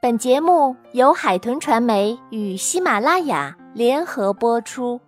本节目由海豚传媒与喜马拉雅联合播出。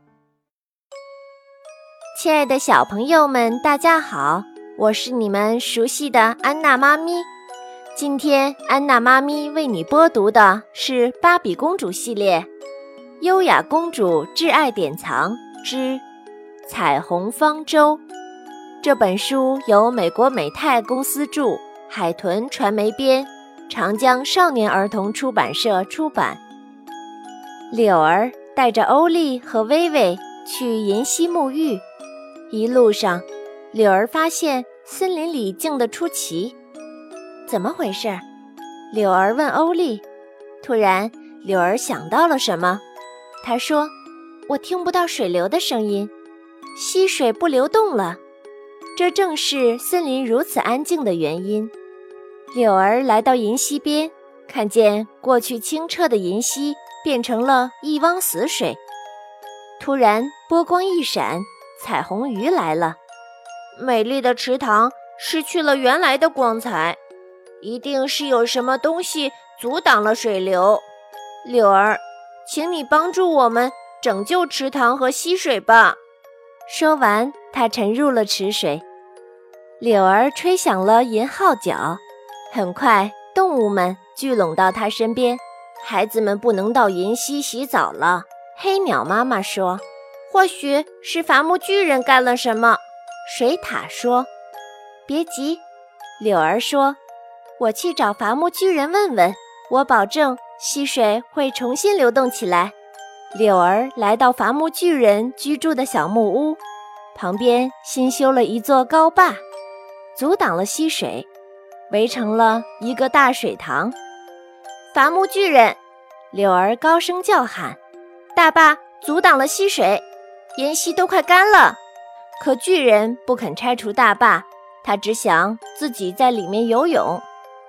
亲爱的小朋友们，大家好，我是你们熟悉的安娜妈咪。今天安娜妈咪为你播读的是芭比公主系列《优雅公主挚爱典藏之彩虹方舟》。这本书由美国美泰公司著，海豚传媒编，长江少年儿童出版社出版。柳儿带着欧丽和薇薇去银溪沐浴，一路上，柳儿发现森林里静得出奇。怎么回事？柳儿问欧丽。突然，柳儿想到了什么，她说：“我听不到水流的声音，溪水不流动了。这正是森林如此安静的原因。”柳儿来到银溪边，看见过去清澈的银溪变成了一汪死水。突然波光一闪，彩虹鱼来了。美丽的池塘失去了原来的光彩，一定是有什么东西阻挡了水流。柳儿，请你帮助我们拯救池塘和溪水吧。说完，她沉入了池水。柳儿吹响了银号角，很快动物们聚拢到她身边。孩子们不能到银溪洗澡了，黑鸟妈妈说。或许是伐木巨人干了什么，水獭说。别急，柳儿说，我去找伐木巨人问问，我保证溪水会重新流动起来。柳儿来到伐木巨人居住的小木屋，旁边新修了一座高坝，阻挡了溪水，围成了一个大水塘。伐木巨人，柳儿高声叫喊，大坝阻挡了溪水，银溪都快干了。可巨人不肯拆除大坝，他只想自己在里面游泳。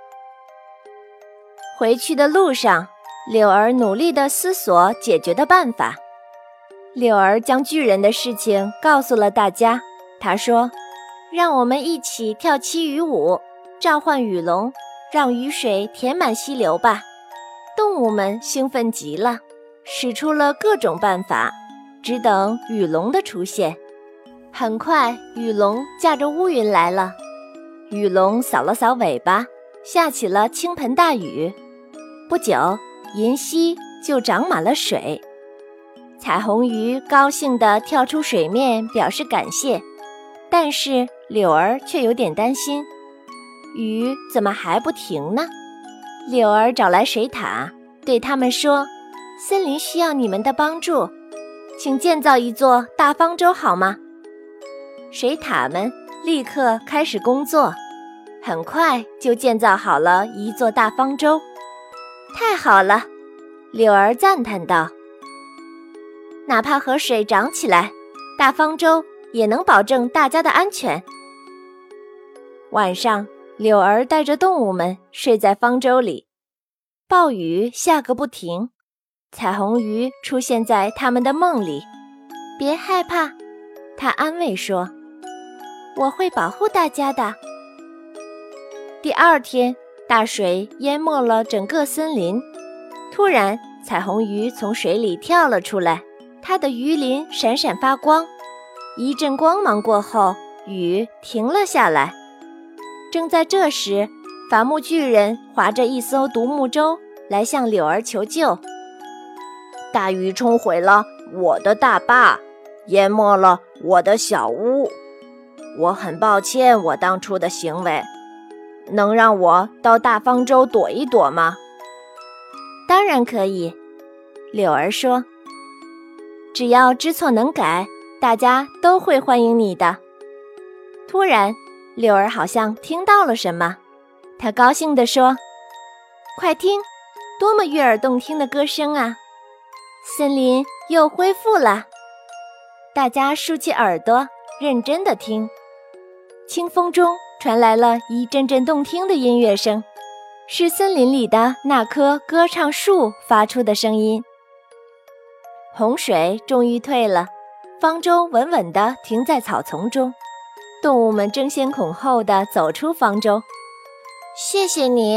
回去的路上，柳儿努力地思索解决的办法。柳儿将巨人的事情告诉了大家，她说，让我们一起跳七雨舞，召唤雨龙，让雨水填满溪流吧。动物们兴奋极了，使出了各种办法，只等雨龙的出现。很快，雨龙驾着乌云来了。雨龙扫了扫尾巴，下起了倾盆大雨。不久，银溪就长满了水。彩虹鱼高兴地跳出水面表示感谢，但是柳儿却有点担心，雨怎么还不停呢？柳儿找来水獭，对他们说，森林需要你们的帮助，请建造一座大方舟好吗？水獭们立刻开始工作，很快就建造好了一座大方舟。太好了，柳儿赞叹道，哪怕河水涨起来，大方舟也能保证大家的安全。晚上，柳儿带着动物们睡在方舟里，暴雨下个不停，彩虹鱼出现在他们的梦里。别害怕，他安慰说，我会保护大家的。第二天，大水淹没了整个森林。突然，彩虹鱼从水里跳了出来，它的鱼鳞闪闪发光。一阵光芒过后，雨停了下来。正在这时，伐木巨人划着一艘独木舟来向柳儿求救。大雨冲毁了我的大坝，淹没了我的小屋。我很抱歉我当初的行为，能让我到大方舟躲一躲吗？当然可以，柳儿说，只要知错能改，大家都会欢迎你的。突然，柳儿好像听到了什么，她高兴地说，快听，多么悦耳动听的歌声啊！森林又恢复了。大家竖起耳朵，认真地听。清风中传来了一阵阵动听的音乐声，是森林里的那棵歌唱树发出的声音。洪水终于退了，方舟稳稳地停在草丛中，动物们争先恐后地走出方舟。谢谢你，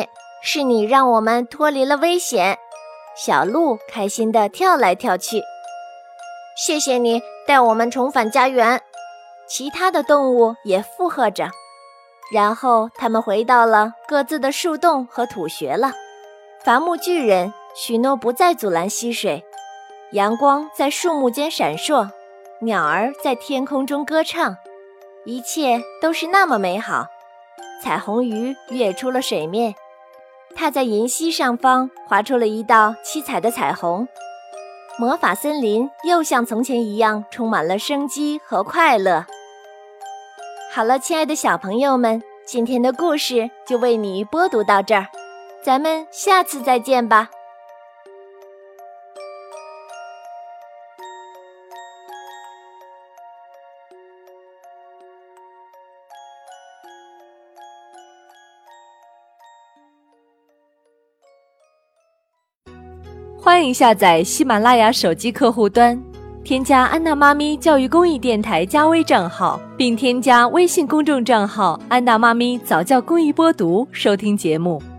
是你让我们脱离了危险。小鹿开心地跳来跳去。谢谢你带我们重返家园。其他的动物也附和着。然后他们回到了各自的树洞和土穴了。伐木巨人许诺不再阻拦溪水。阳光在树木间闪烁，鸟儿在天空中歌唱，一切都是那么美好。彩虹鱼跃出了水面，它在银溪上方划出了一道七彩的彩虹。魔法森林又像从前一样充满了生机和快乐。好了，亲爱的小朋友们，今天的故事就为你播读到这儿，咱们下次再见吧。 欢迎下载喜马拉雅手机客户端，添加安娜妈咪教育公益电台加微账号，并添加微信公众账号安娜妈咪早教公益播读，收听节目。